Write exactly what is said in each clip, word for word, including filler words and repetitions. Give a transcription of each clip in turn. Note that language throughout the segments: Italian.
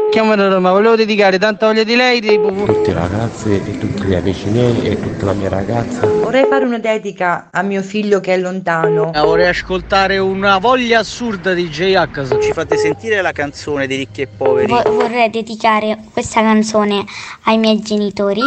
chiamare Roma, volevo dedicare tanta voglia di lei di... tutte le ragazze e tutti gli amici miei e tutta la mia ragazza. Vorrei fare una dedica a mio figlio che è lontano. Vorrei ascoltare una voglia assurda di J-H. Ci fate sentire la canzone di Ricchi e Poveri? Vo- vorrei dedicare questa canzone ai miei genitori.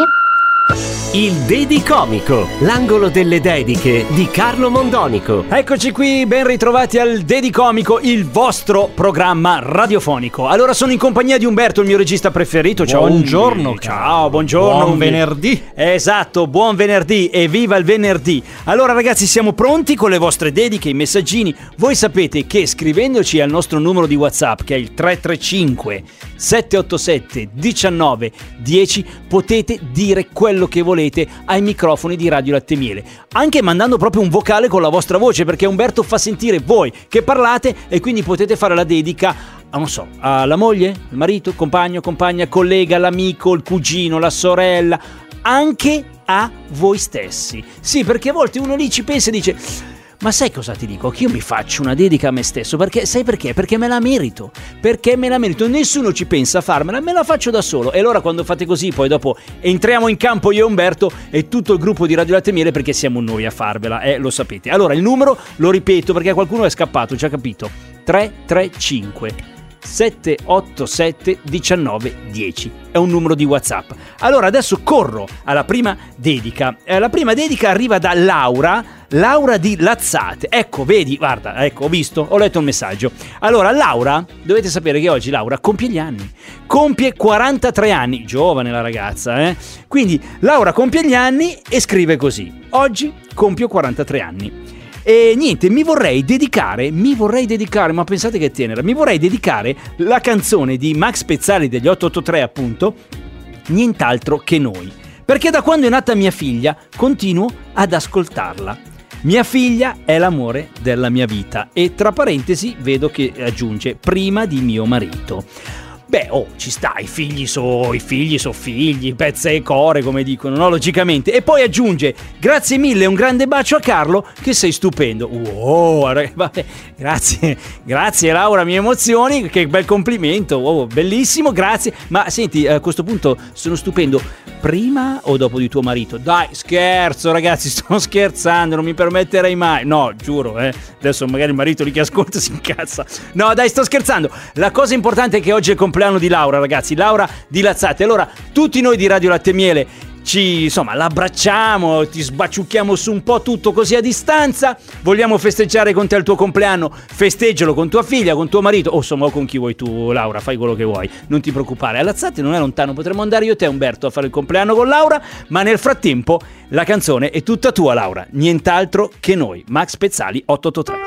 Il Dedicomico, l'angolo delle dediche di Carlo Mondonico. Eccoci qui, ben ritrovati al Dedicomico, il vostro programma radiofonico. Allora sono in compagnia di Umberto, il mio regista preferito. Ciao. Buongiorno. Ciao, buongiorno. Buon Umbi. venerdì. Esatto, buon venerdì e viva il venerdì. Allora ragazzi, siamo pronti con le vostre dediche, i messaggini. Voi sapete che scrivendoci al nostro numero di WhatsApp, che è il tre tre cinque sette otto sette uno nove uno zero, potete dire quello che volete ai microfoni di Radio Latte Miele, anche mandando proprio un vocale con la vostra voce, perché Umberto fa sentire voi che parlate e quindi potete fare la dedica a, non so, alla moglie, al marito, il compagno, compagna, collega, l'amico, il cugino, la sorella, anche a voi stessi. Sì, perché a volte uno lì ci pensa e dice: ma sai cosa ti dico? Che io mi faccio una dedica a me stesso, perché sai perché? Perché me la merito, perché me la merito, nessuno ci pensa a farmela, me la faccio da solo. E allora quando fate così, poi dopo entriamo in campo io e Umberto e tutto il gruppo di Radio Latte Miele, perché siamo noi a farvela, eh, lo sapete. Allora il numero lo ripeto perché qualcuno è scappato, ci ha capito: tre tre cinque sette otto sette uno nove uno zero, è un numero di WhatsApp. Allora adesso corro alla prima dedica. Eh, la prima dedica arriva da Laura, Laura di Lazzate. Ecco, vedi, guarda, ecco, ho visto, ho letto il messaggio. Allora Laura, dovete sapere che oggi Laura compie gli anni, compie quarantatré anni, giovane la ragazza, eh? Quindi Laura compie gli anni e scrive così: oggi compio quarantatré anni. E niente, mi vorrei dedicare, mi vorrei dedicare, ma pensate che tenera, mi vorrei dedicare la canzone di Max Pezzali degli otto otto tre, appunto, Nient'altro che noi. Perché da quando è nata mia figlia continuo ad ascoltarla. Mia figlia è l'amore della mia vita. E tra parentesi vedo che aggiunge prima di mio marito. Beh, oh, ci sta, i figli so, i figli so figli, pezza e core, come dicono, no? Logicamente. E poi aggiunge: grazie mille, un grande bacio a Carlo, che sei stupendo. Wow, vabbè, grazie, grazie Laura, mi emozioni, che bel complimento, wow, bellissimo, grazie. Ma senti, a questo punto sono stupendo, prima o dopo di tuo marito? Dai, scherzo ragazzi, sto scherzando, non mi permetterei mai. No, giuro, eh, adesso magari il marito lì che ascolta si incazza. No, dai, sto scherzando. La cosa importante è che oggi è il compleanno di Laura, ragazzi, Laura di Lazzate. Allora tutti noi di Radio Latte Miele ci, insomma, l'abbracciamo, ti sbaciucchiamo su un po' tutto così a distanza. Vogliamo festeggiare con te il tuo compleanno, festeggialo con tua figlia, con tuo marito, o insomma con chi vuoi tu, Laura, fai quello che vuoi, non ti preoccupare. A Lazzate non è lontano, potremmo andare io e te, Umberto, a fare il compleanno con Laura. Ma nel frattempo la canzone è tutta tua, Laura, Nient'altro che noi, Max Pezzali otto otto tre.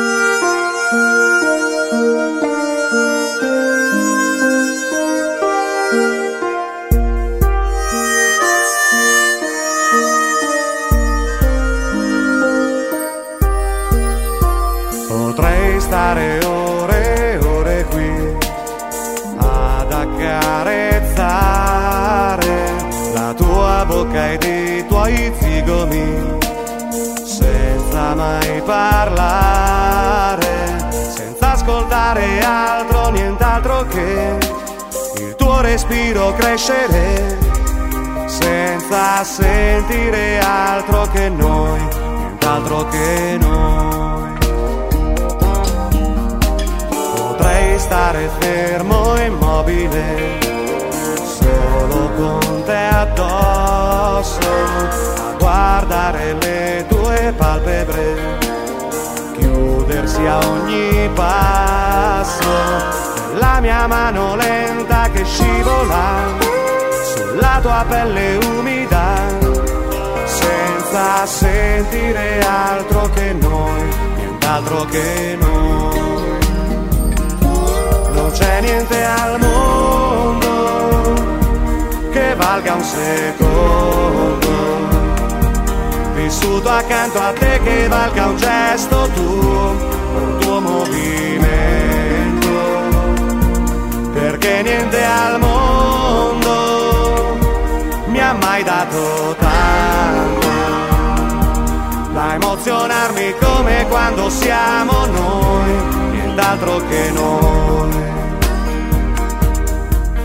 Stare ore e ore qui ad accarezzare la tua bocca ed i tuoi zigomi, senza mai parlare, senza ascoltare altro, nient'altro che il tuo respiro crescere, senza sentire altro che noi, nient'altro che noi. Potrei stare fermo e immobile, solo con te addosso, a guardare le tue palpebre chiudersi a ogni passo, la mia mano lenta che scivola sulla tua pelle umida, senza sentire altro che noi, nient'altro che noi. Non c'è niente al mondo che valga un secondo vissuto accanto a te, che valga un gesto tuo, un tuo movimento, perché niente al mondo mi ha mai dato tanto da emozionarmi come quando siamo noi, nient'altro che noi.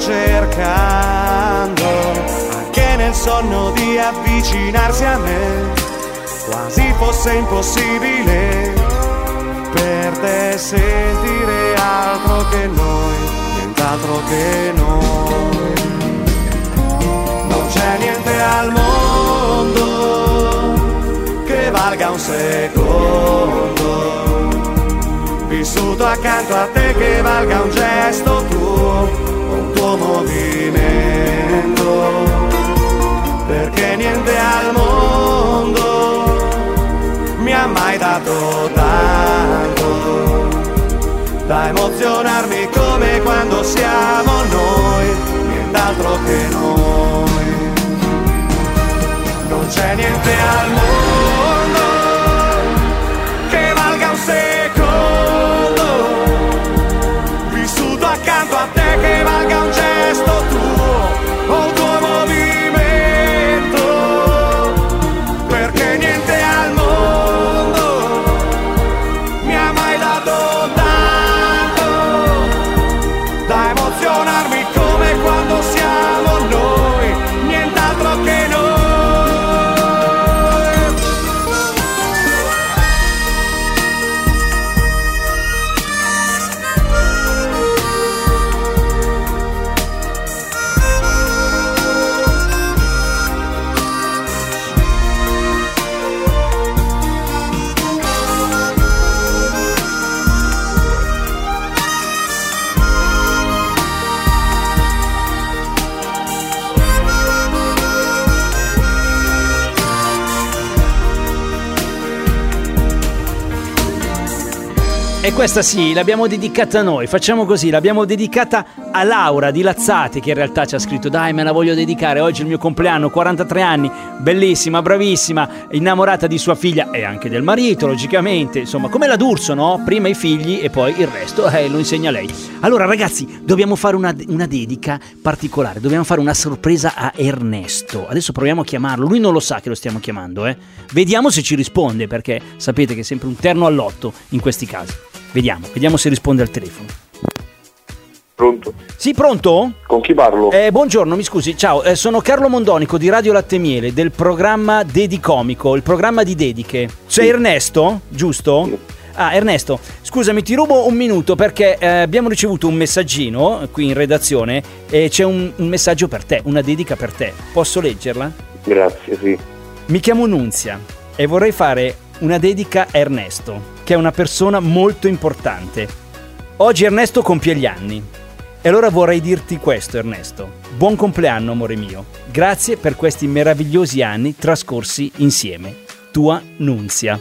cercando, anche nel sonno, di avvicinarsi a me, quasi fosse impossibile per te sentire altro che noi, nient'altro che noi. Non c'è niente al mondo che valga un secondo vissuto accanto a te, che valga un gesto tuo, un tuo movimento, perché niente al mondo mi ha mai dato tanto da emozionarmi come quando siamo noi, nient'altro che noi. Non c'è niente al mondo che valga un secondo vissuto accanto a te, che valga un gesto tuo o un tuo movimento, perché niente al mondo mi ha mai dato tanto da emozionarmi come quando siamo noi, nient'altro che noi. E questa sì, l'abbiamo dedicata a noi, facciamo così, l'abbiamo dedicata a Laura di Lazzate, che in realtà ci ha scritto: dai, me la voglio dedicare, oggi è il mio compleanno, quarantatré anni, bellissima, bravissima, innamorata di sua figlia e anche del marito, logicamente, insomma, come la D'Urso, no? Prima i figli e poi il resto, eh, lo insegna lei. Allora ragazzi, dobbiamo fare una, una dedica particolare, dobbiamo fare una sorpresa a Ernesto. Adesso proviamo a chiamarlo, lui non lo sa che lo stiamo chiamando, eh. Vediamo se ci risponde, perché sapete che è sempre un terno all'otto in questi casi. Vediamo, vediamo se risponde al telefono. Pronto? Sì, pronto? Con chi parlo? Eh, buongiorno, mi scusi, ciao, eh, sono Carlo Mondonico di Radio Latte Miele, del programma Dedicomico, il programma di dediche. Sei sì. Ernesto, giusto? Sì. Ah, Ernesto, scusami, ti rubo un minuto perché eh, abbiamo ricevuto un messaggino qui in redazione e c'è un, un messaggio per te, una dedica per te. Posso leggerla? Grazie, sì. Mi chiamo Nunzia e vorrei fare una dedica a Ernesto, che è una persona molto importante. Oggi Ernesto compie gli anni. E allora vorrei dirti questo, Ernesto. Buon compleanno, amore mio. Grazie per questi meravigliosi anni trascorsi insieme. Tua Nunzia.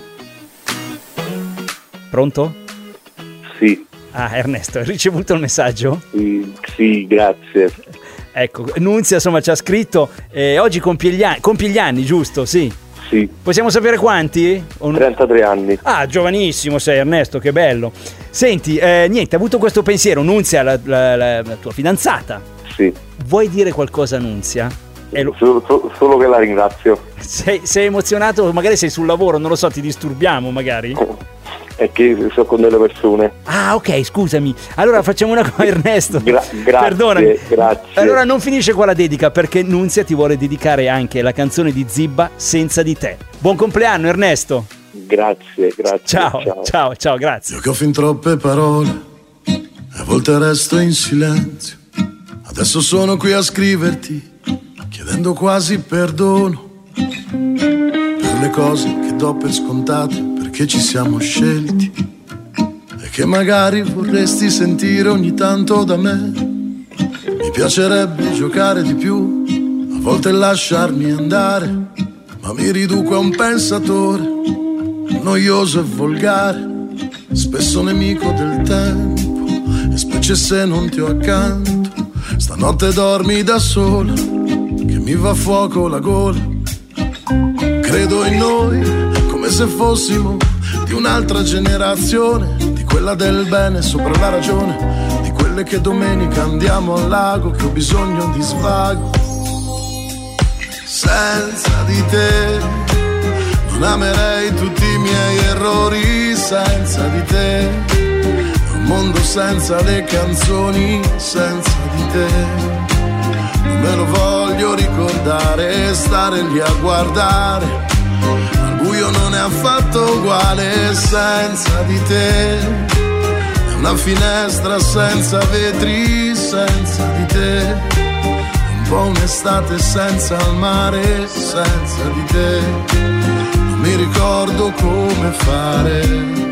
Pronto? Sì. Ah, Ernesto, hai ricevuto il messaggio? Sì, sì, grazie. Ecco, Nunzia insomma ci ha scritto eh, oggi compie gli anni, compie gli anni, giusto? Sì. Sì. Possiamo sapere quanti? Un... trentatré anni. Ah, giovanissimo sei, Ernesto, che bello. Senti, eh, niente, ha avuto questo pensiero, Nunzia, la, la, la, la tua fidanzata. Sì. Vuoi dire qualcosa a Nunzia? Lo... Solo, solo, solo che la ringrazio. Sei, sei emozionato? Magari sei sul lavoro, non lo so, ti disturbiamo magari? È che sono con delle persone. Ah, ok, scusami. Allora facciamo una cosa, Ernesto. Gra- grazie, Perdonami. Grazie. Allora non finisce qua la dedica, perché Nunzia ti vuole dedicare anche la canzone di Zibba, Senza di te. Buon compleanno, Ernesto. Grazie, grazie. Ciao, ciao, ciao, ciao, grazie. Io che ho fin troppe parole e a volte resto in silenzio. Adesso sono qui a scriverti, chiedendo quasi perdono per le cose che do per scontate, perché ci siamo scelti e che magari vorresti sentire ogni tanto da me. Mi piacerebbe giocare di più, a volte lasciarmi andare, ma mi riduco a un pensatore noioso e volgare, spesso nemico del tempo, e specie se non ti ho accanto. Stanotte dormi da sola, che mi va a fuoco la gola. Credo in noi come se fossimo di un'altra generazione, di quella del bene sopra la ragione, di quelle che domenica andiamo al lago, che ho bisogno di svago. Senza di te non amerei tutti i miei errori, senza di te è un mondo senza le canzoni, senza di te. Non me lo voglio ricordare, stare lì a guardare, al buio non è affatto uguale senza di te. È una finestra senza vetri, senza di te. Un po' un'estate senza il mare, senza di te. Non mi ricordo come fare.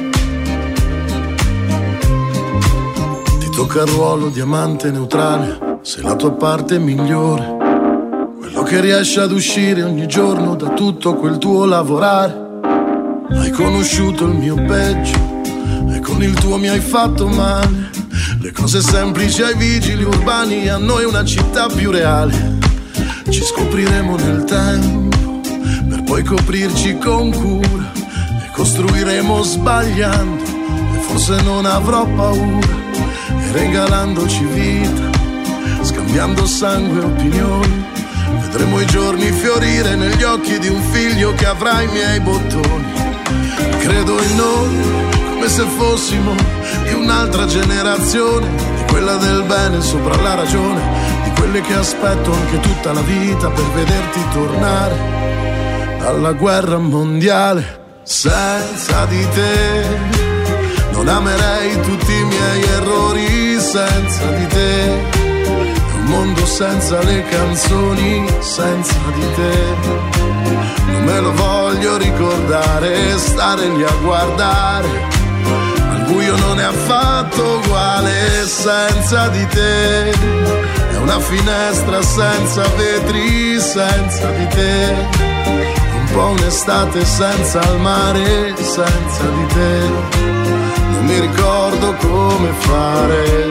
Tocca il ruolo di amante neutrale, sei la tua parte migliore, quello che riesce ad uscire ogni giorno da tutto quel tuo lavorare. Hai conosciuto il mio peggio e con il tuo mi hai fatto male. Le cose semplici ai vigili urbani, a noi una città più reale. Ci scopriremo nel tempo per poi coprirci con cura e costruiremo sbagliando e forse non avrò paura. Regalandoci vita, scambiando sangue e opinioni, vedremo i giorni fiorire negli occhi di un figlio che avrà i miei bottoni. Credo in noi come se fossimo di un'altra generazione, di quella del bene sopra la ragione, di quelle che aspetto anche tutta la vita per vederti tornare dalla guerra mondiale. Senza di te non amerei tutti i miei errori, senza di te. È un mondo senza le canzoni, senza di te. Non me lo voglio ricordare, stare lì a guardare, al buio non è affatto uguale senza di te. È una finestra senza vetri, senza di te. Un po' un'estate senza il mare, senza di te. Non mi ricordo come fare.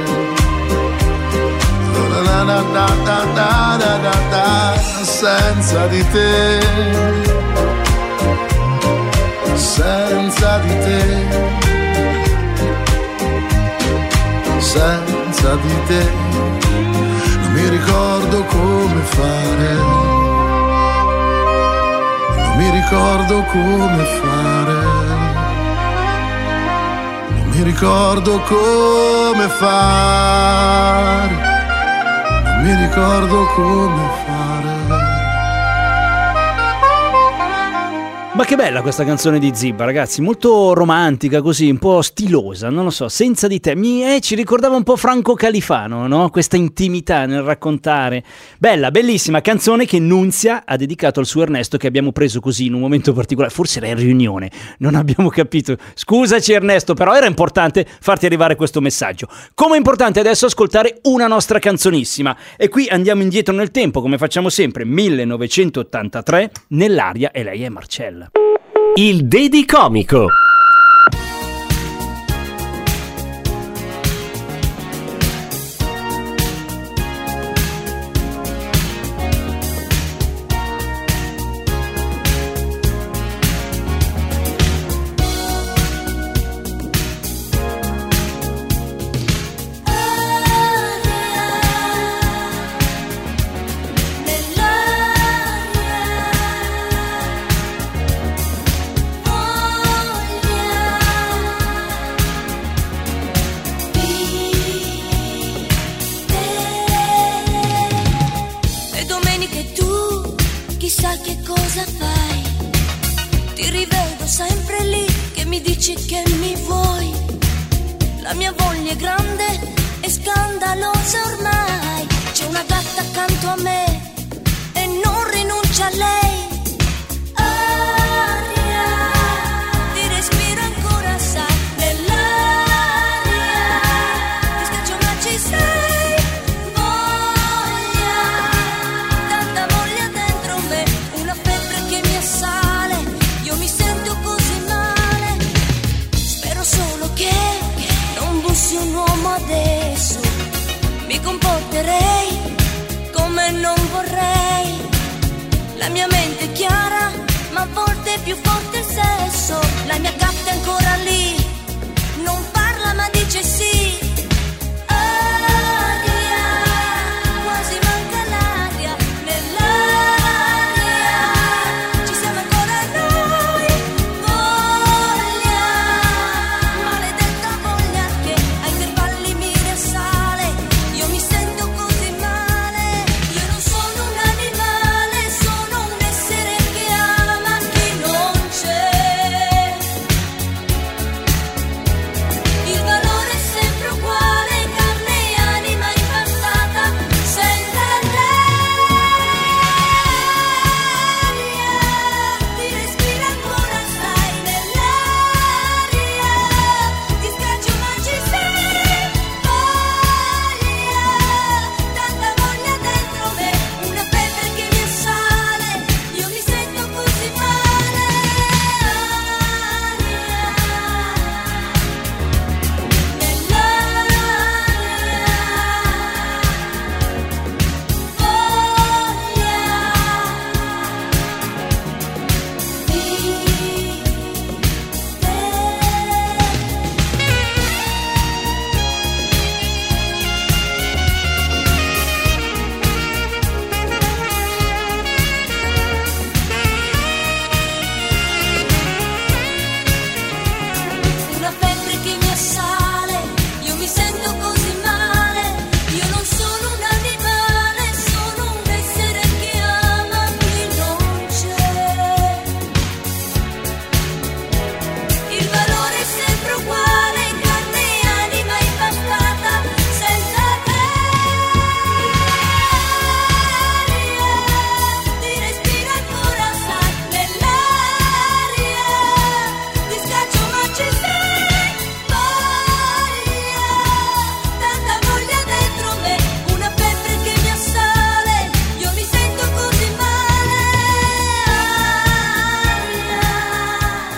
Da da da da da da da da, senza di te, senza di te, senza di te. Non mi ricordo come fare. Non mi ricordo come fare. Mi ricordo come fare, non mi ricordo come fare. Ma che bella questa canzone di Zibba, ragazzi, molto romantica così, un po' stilosa, non lo so, senza di te. Mi, eh, ci ricordava un po' Franco Califano, no? Questa intimità nel raccontare. Bella, bellissima canzone che Nunzia ha dedicato al suo Ernesto, che abbiamo preso così in un momento particolare, forse era in riunione, non abbiamo capito. Scusaci Ernesto, però era importante farti arrivare questo messaggio. Come è importante adesso ascoltare una nostra canzonissima. E qui andiamo indietro nel tempo, come facciamo sempre, millenovecentottantatré, nell'aria e lei è Marcella. Il Dedicomico. Che mi vuoi, la mia voglia è grande e scandalosa ormai. C'è una gatta accanto a me e non rinuncia a lei. Aria, ti respiro ancora, sai, nell'aria ti scaccio ma ci sei. Voglia, tanta voglia dentro me, una febbre che mi assale, io mi sento così solo che non bussi un uomo adesso, mi comporterei come non vorrei. La mia mente è chiara, ma a volte è più forte il sesso. La mia gatta è ancora lì, non parla ma dice sì. Aria, quasi manca l'aria, nell'aria ci siamo ancora noi. Voglia, maledetta voglia che ha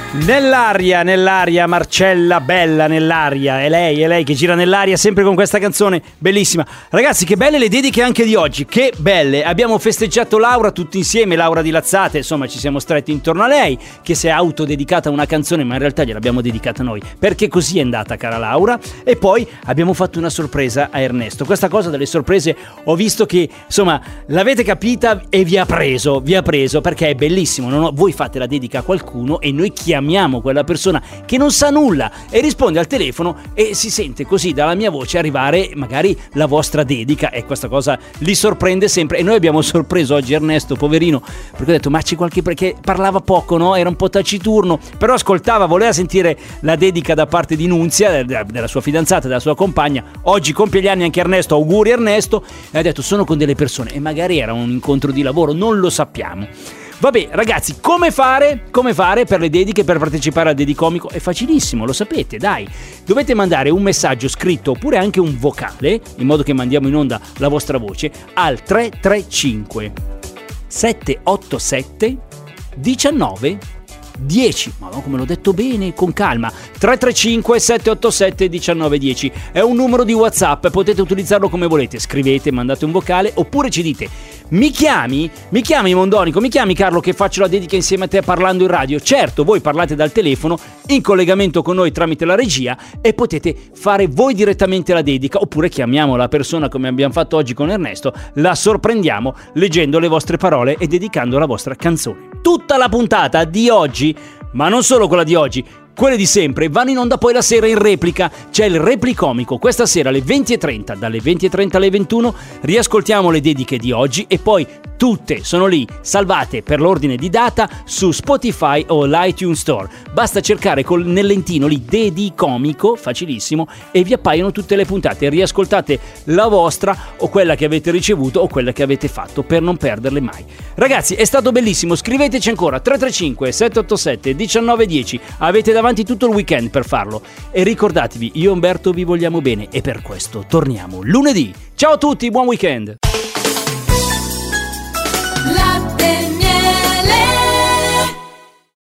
Nell'aria, nell'aria, Marcella Bella nell'aria, è lei, è lei che gira nell'aria sempre con questa canzone bellissima. Ragazzi, che belle le dediche anche di oggi, che belle. Abbiamo festeggiato Laura tutti insieme, Laura di Lazzate, insomma ci siamo stretti intorno a lei, che si è autodedicata una canzone, ma in realtà gliel'abbiamo dedicata noi, perché così è andata, cara Laura. E poi abbiamo fatto una sorpresa a Ernesto. Questa cosa delle sorprese ho visto che, insomma, l'avete capita e vi ha preso, vi ha preso, perché è bellissimo, no? Voi fate la dedica a qualcuno e noi chiamiamo quella persona che non sa nulla e risponde al telefono e si sente così dalla mia voce arrivare magari la vostra dedica, e questa cosa li sorprende sempre. E noi abbiamo sorpreso oggi Ernesto, poverino, perché ho detto ma c'è qualche, perché parlava poco, no? Era un po' taciturno, però ascoltava, voleva sentire la dedica da parte di Nunzia, della sua fidanzata, della sua compagna. Oggi compie gli anni anche Ernesto, auguri Ernesto, e ha detto sono con delle persone, e magari era un incontro di lavoro, non lo sappiamo. Vabbè ragazzi, come fare? Come fare per le dediche, per partecipare al Dedicomico? È facilissimo, lo sapete, dai. Dovete mandare un messaggio scritto oppure anche un vocale, in modo che mandiamo in onda la vostra voce, al tre tre cinque sette otto sette diciannove dieci. Ma no, come l'ho detto bene, con calma. tre tre cinque sette otto sette diciannove dieci. È un numero di WhatsApp, potete utilizzarlo come volete. Scrivete, mandate un vocale, oppure ci dite mi chiami? Mi chiami Mondonico? Mi chiami Carlo che faccio la dedica insieme a te parlando in radio? Certo, voi parlate dal telefono in collegamento con noi tramite la regia e potete fare voi direttamente la dedica, oppure chiamiamo la persona come abbiamo fatto oggi con Ernesto, la sorprendiamo leggendo le vostre parole e dedicando la vostra canzone. Tutta la puntata di oggi, ma non solo quella di oggi, quelle di sempre, vanno in onda poi la sera in replica. C'è il Replicomico questa sera alle venti e trenta, dalle venti e trenta alle ventuno riascoltiamo le dediche di oggi e poi tutte sono lì salvate per l'ordine di data su Spotify o l'iTunes Store. Basta cercare col, nel lentino lì Dedicomico, facilissimo, e vi appaiono tutte le puntate. Riascoltate la vostra o quella che avete ricevuto o quella che avete fatto per non perderle mai. Ragazzi, è stato bellissimo, scriveteci ancora tre tre cinque sette otto sette diciannove dieci. Avete davanti tutto il weekend per farlo e ricordatevi, io e Umberto vi vogliamo bene e per questo torniamo lunedì. Ciao a tutti, buon weekend. La